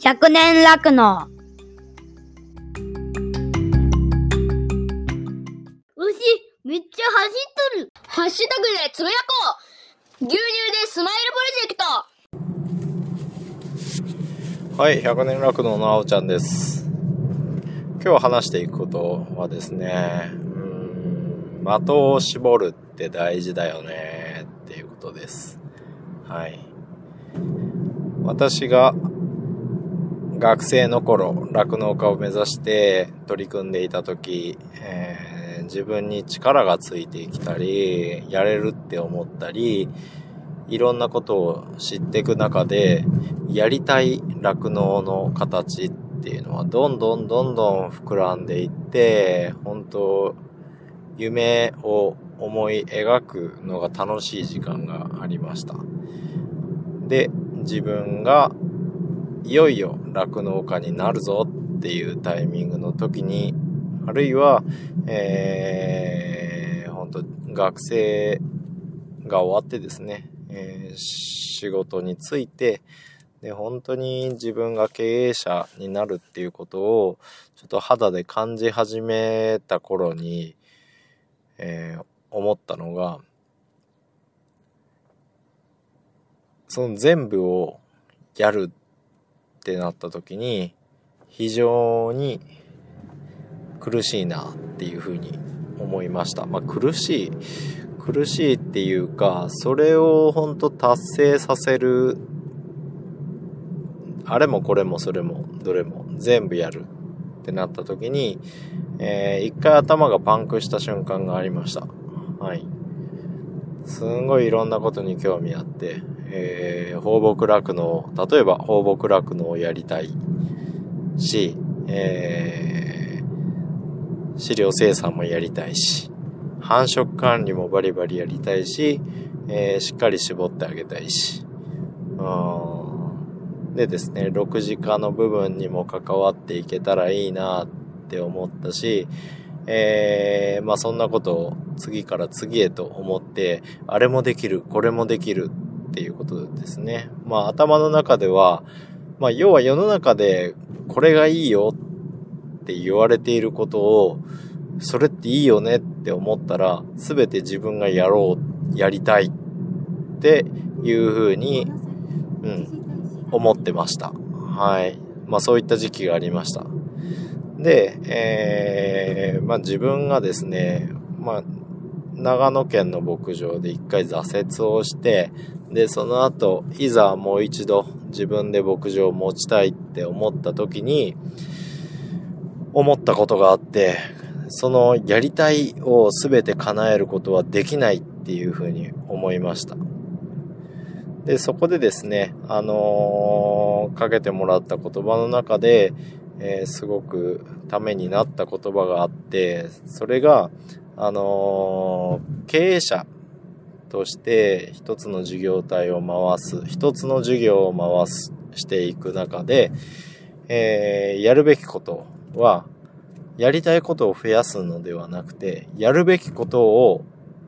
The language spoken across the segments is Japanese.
100年酪農。 牛、めっちゃ走っとる。ハッシュタグでつぶやこう。牛乳でスマイルプロジェクト。 はい、100年酪農のあおちゃんです。今日話していくことはですね、的を絞るって大事だよねっていうことです。はい。私が学生の頃、酪農家を目指して取り組んでいた時、自分に力がついてきたり、やれるって思ったり、いろんなことを知っていく中で、やりたい酪農の形っていうのはどんどん膨らんでいって、本当夢を思い描くのが楽しい時間がありました。で、自分がいよいよ酪農家になるぞっていうタイミングの時に、あるいは、本当学生が終わってですね、仕事に就いて、で本当に自分が経営者になるっていうことをちょっと肌で感じ始めた頃に、思ったのが、その全部をやるってなった時に非常に苦しいなっていうふうに思いました。苦しいっていうか、それを本当達成させる、あれもこれもそれもどれも全部やるってなった時に、一回頭がパンクした瞬間がありました。はい。すんごいいろんなことに興味あって、放牧酪農、例えば放牧酪農をやりたいし、飼料生産もやりたいし、繁殖管理もバリバリやりたいし、しっかり絞ってあげたいし、でですね、6次化の部分にも関わっていけたらいいなって思ったし、そんなことを次から次へと思って、あれもできる、これもできるっていうことですね。頭の中では、要は世の中でこれがいいよって言われていることを、それっていいよねって思ったら、すべて自分がやりたいっていうふうに、思ってました。はい。そういった時期がありました。で、自分がですね、長野県の牧場で一回挫折をして、で、その後、いざもう一度自分で牧場を持ちたいって思った時に、思ったことがあって、そのやりたいを全て叶えることはできないっていうふうに思いました。で、そこでですね、かけてもらった言葉の中で、すごくためになった言葉があって、それが、経営者として一つの事業体を回す、一つの事業をしていく中で、やるべきことは、やりたいことを増やすのではなくて、やるべきこと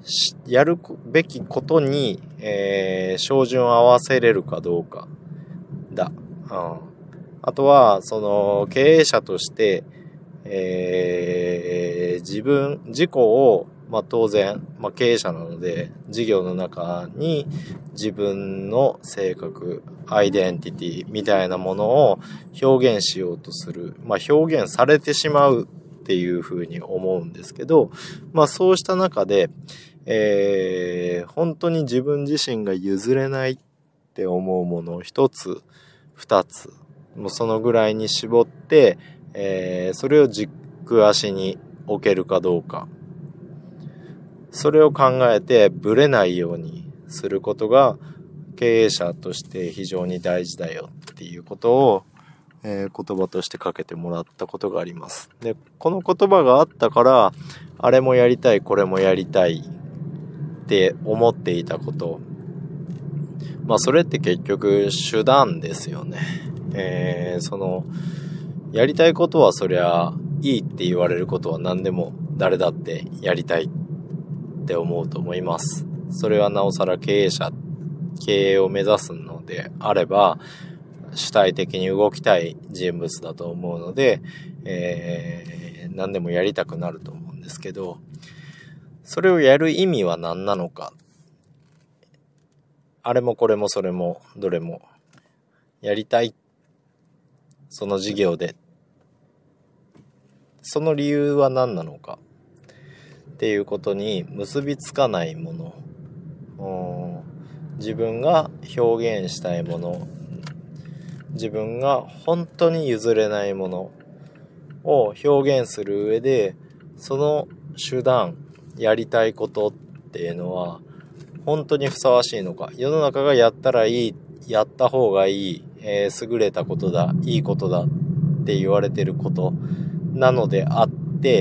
に、照準を合わせれるかどうかだ。あとは、その、経営者として、自己を、当然、経営者なので、事業の中に自分の性格、アイデンティティみたいなものを表現しようとする。表現されてしまうっていうふうに思うんですけど、そうした中で、本当に自分自身が譲れないって思うものを一つ、二つ、もうそのぐらいに絞って、それを軸足に置けるかどうか。それを考えてブレないようにすることが経営者として非常に大事だよっていうことを、言葉としてかけてもらったことがあります。で、この言葉があったから、あれもやりたい、これもやりたいって思っていたこと。それって結局手段ですよね。やりたいことはそりゃいいって言われることは何でも誰だってやりたいって思うと思います。それはなおさら経営を目指すのであれば、 主体的に動きたい人物だと思うので、何でもやりたくなると思うんですけど、それをやる意味は何なのか。あれもこれもそれもどれもやりたい、その事業で、その理由は何なのかっていうことに結びつかないもの、自分が表現したいもの、自分が本当に譲れないものを表現する上で、その手段、やりたいことっていうのは本当にふさわしいのか。世の中がやったらいい、やった方がいい、優れたことだ、いいことだって言われてることなのであって、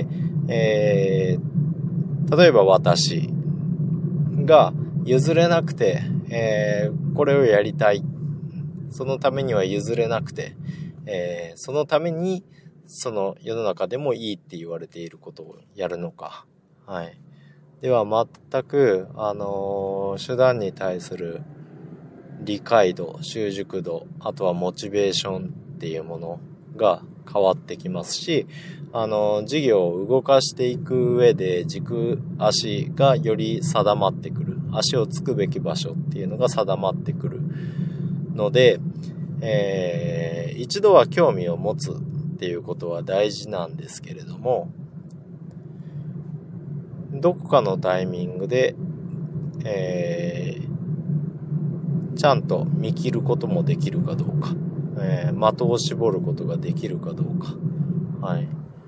例えば私が譲れなくて、これをやりたい、そのためには譲れなくて、そのためにその世の中でもいいって言われていることをやるのか。はい。では全く、手段に対する理解度、習熟度、あとはモチベーションっていうものが変わってきますし、事業を動かしていく上で軸足がより定まってくる。足をつくべき場所っていうのが定まってくるので、一度は興味を持つっていうことは大事なんですけれども、どこかのタイミングで、ちゃんと見切ることもできるかどうか、的を絞ることができるかどうか、はい、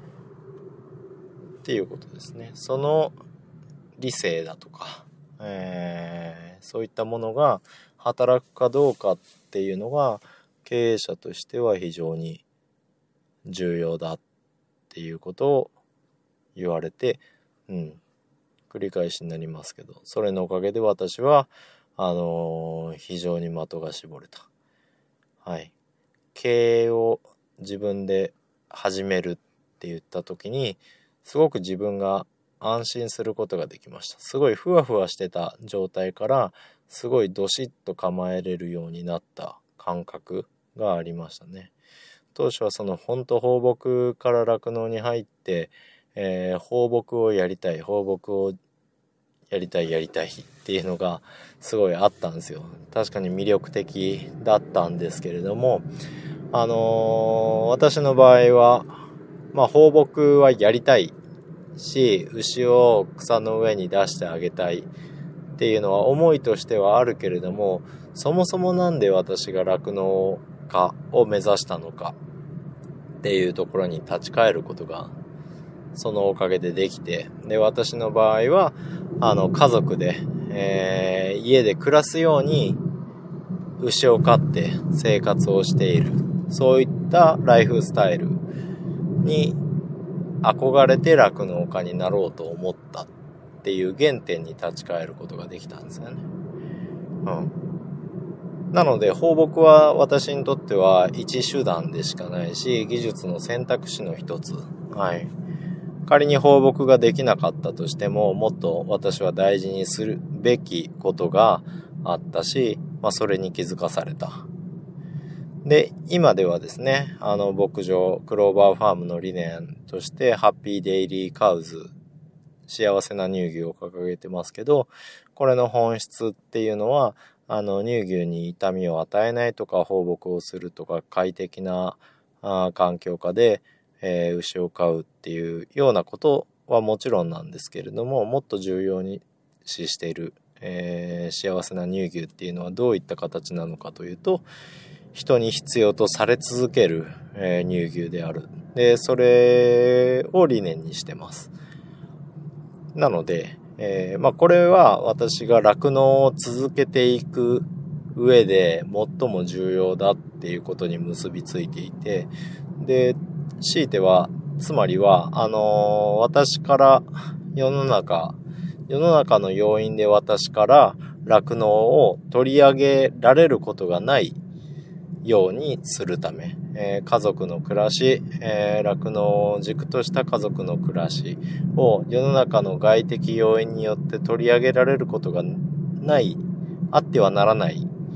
っていうことですね。その理性だとか、そういったものが働くかどうかっていうのが経営者としては非常に重要だっていうことを言われて、繰り返しになりますけど、それのおかげで私は非常に的が絞れた。はい。経営を自分で始めるって言った時に、すごく自分が安心することができました。すごいふわふわしてた状態から、すごいどしっと構えれるようになった感覚がありましたね。当初はその本当放牧から酪農に入って、放牧をやりたい、放牧をやりたいっていうのがすごいあったんですよ。確かに魅力的だったんですけれども、私の場合は、放牧はやりたいし、牛を草の上に出してあげたいっていうのは思いとしてはあるけれども、そもそもなんで私が酪農家を目指したのかっていうところに立ち返ることがそのおかげでできて、で、私の場合は家族で、家で暮らすように牛を飼って生活をしている、そういったライフスタイルに憧れて酪農家になろうと思ったっていう原点に立ち返ることができたんですよね。なので放牧は私にとっては一手段でしかないし、技術の選択肢の一つ。はい。仮に放牧ができなかったとしても、もっと私は大事にするべきことがあったし、それに気づかされた。で、今ではですね、牧場、クローバーファームの理念として、ハッピーデイリーカウズ、幸せな乳牛を掲げてますけど、これの本質っていうのは、乳牛に痛みを与えないとか、放牧をするとか、快適な環境下で、牛を飼うっていうようなことはもちろんなんですけれども、もっと重要に視している、幸せな乳牛っていうのはどういった形なのかというと、人に必要とされ続ける、乳牛である。で、それを理念にしてます。なので、これは私が酪農を続けていく上で最も重要だっていうことに結びついていて、で、強いては、つまりは、私から世の中の要因で私から酪農を取り上げられることがないようにするため、家族の暮らし、酪農を軸とした家族の暮らしを世の中の外的要因によって取り上げられることがない、あってはならない、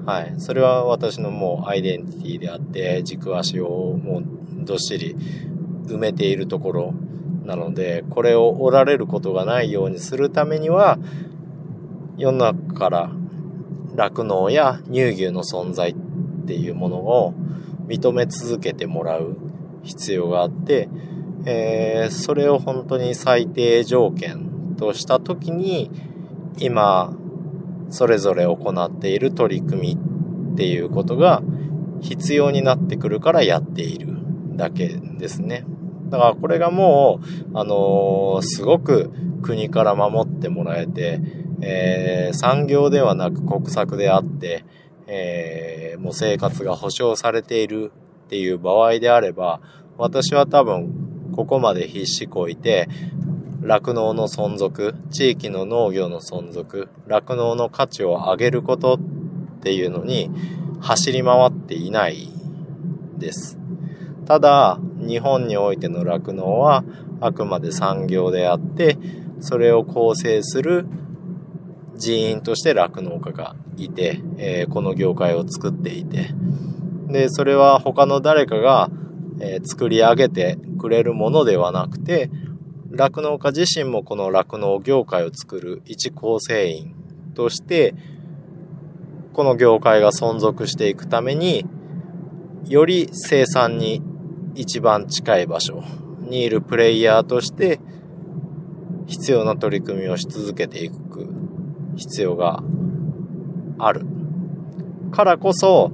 はい。それは私のもうアイデンティティであって、軸足をもうどっしり埋めているところなので、これを折られることがないようにするためには、世の中から酪農や乳牛の存在っていうものを認め続けてもらう必要があって、それを本当に最低条件としたときに、今それぞれ行っている取り組みっていうことが必要になってくるからやっているだけですね。だからこれがもうすごく国から守ってもらえて、産業ではなく国策であって、もう生活が保障されているっていう場合であれば、私は多分ここまで必死こいて酪農の存続、地域の農業の存続、酪農の価値を上げることっていうのに走り回っていないです。ただ、日本においての酪農はあくまで産業であって、それを構成する人員として酪農家がいて、この業界を作っていて、で、それは他の誰かが、作り上げてくれるものではなくて、酪農家自身もこの酪農業界を作る一構成員として、この業界が存続していくために、より生産に一番近い場所にいるプレイヤーとして、必要な取り組みをし続けていく必要があるからこそ、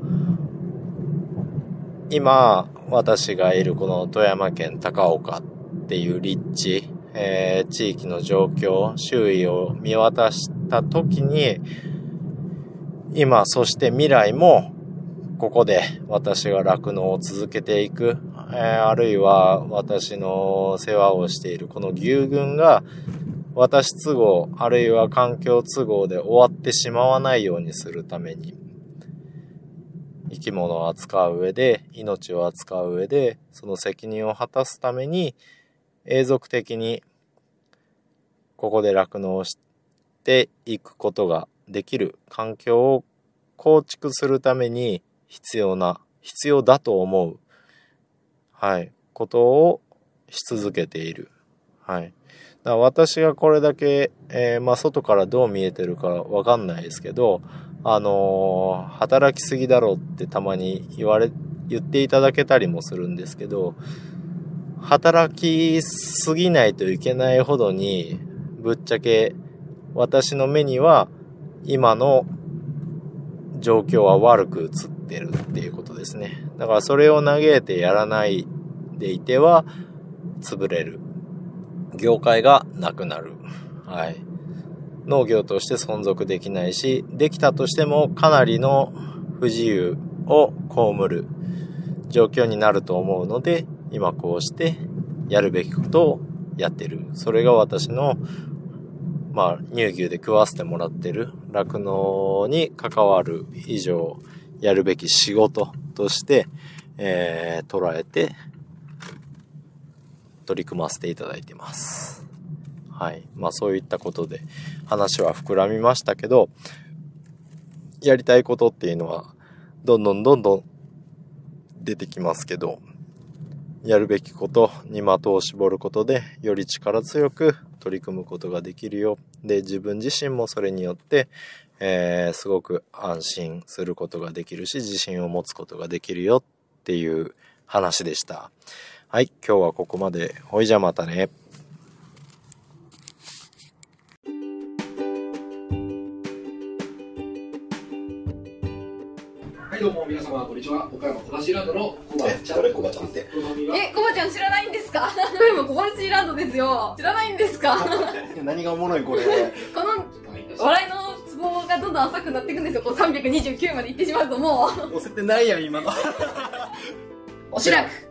今私がいるこの富山県高岡っていう立地、地域の状況、周囲を見渡したときに、今そして未来もここで私が酪農を続けていく、あるいは私の世話をしているこの牛群が私都合あるいは環境都合で終わってしまわないようにするために、生き物を扱う上で、命を扱う上でその責任を果たすために、永続的にここで酪農をしていくことができる環境を構築するために必要だと思う、はい、ことをし続けている。はい。だから私がこれだけ、外からどう見えてるかわかんないですけど、働きすぎだろうってたまに言っていただけたりもするんですけど、働きすぎないといけないほどに、ぶっちゃけ私の目には今の状況は悪く映ってるっていうことですね。だからそれを嘆いてやらないでいては潰れる。業界がなくなる。はい。農業として存続できないし、できたとしてもかなりの不自由を被る状況になると思うので、今こうしてやるべきことをやってる。それが私の乳牛で食わせてもらってる酪農に関わる以上やるべき仕事として、捉えて取り組ませていただいてます。はい。そういったことで話は膨らみましたけど、やりたいことっていうのはどんどん出てきますけど、やるべきことに的を絞ることでより力強く取り組むことができるよ。で、自分自身もそれによって、すごく安心することができるし、自信を持つことができるよっていう話でした。はい、今日はここまで。ほいじゃまたね。 どうも皆様こんにちは。岡山小橋ランドのコバちゃん。 コバちゃんって。 コバちゃん知らないんですか？岡山小橋ランドですよ。知らないんですか？ 何がおもろいこれ。 この笑いのツボがどんどん浅くなっていくんですよ。こう329までいってしまうともう。 押せてないやん今の。 おしらく。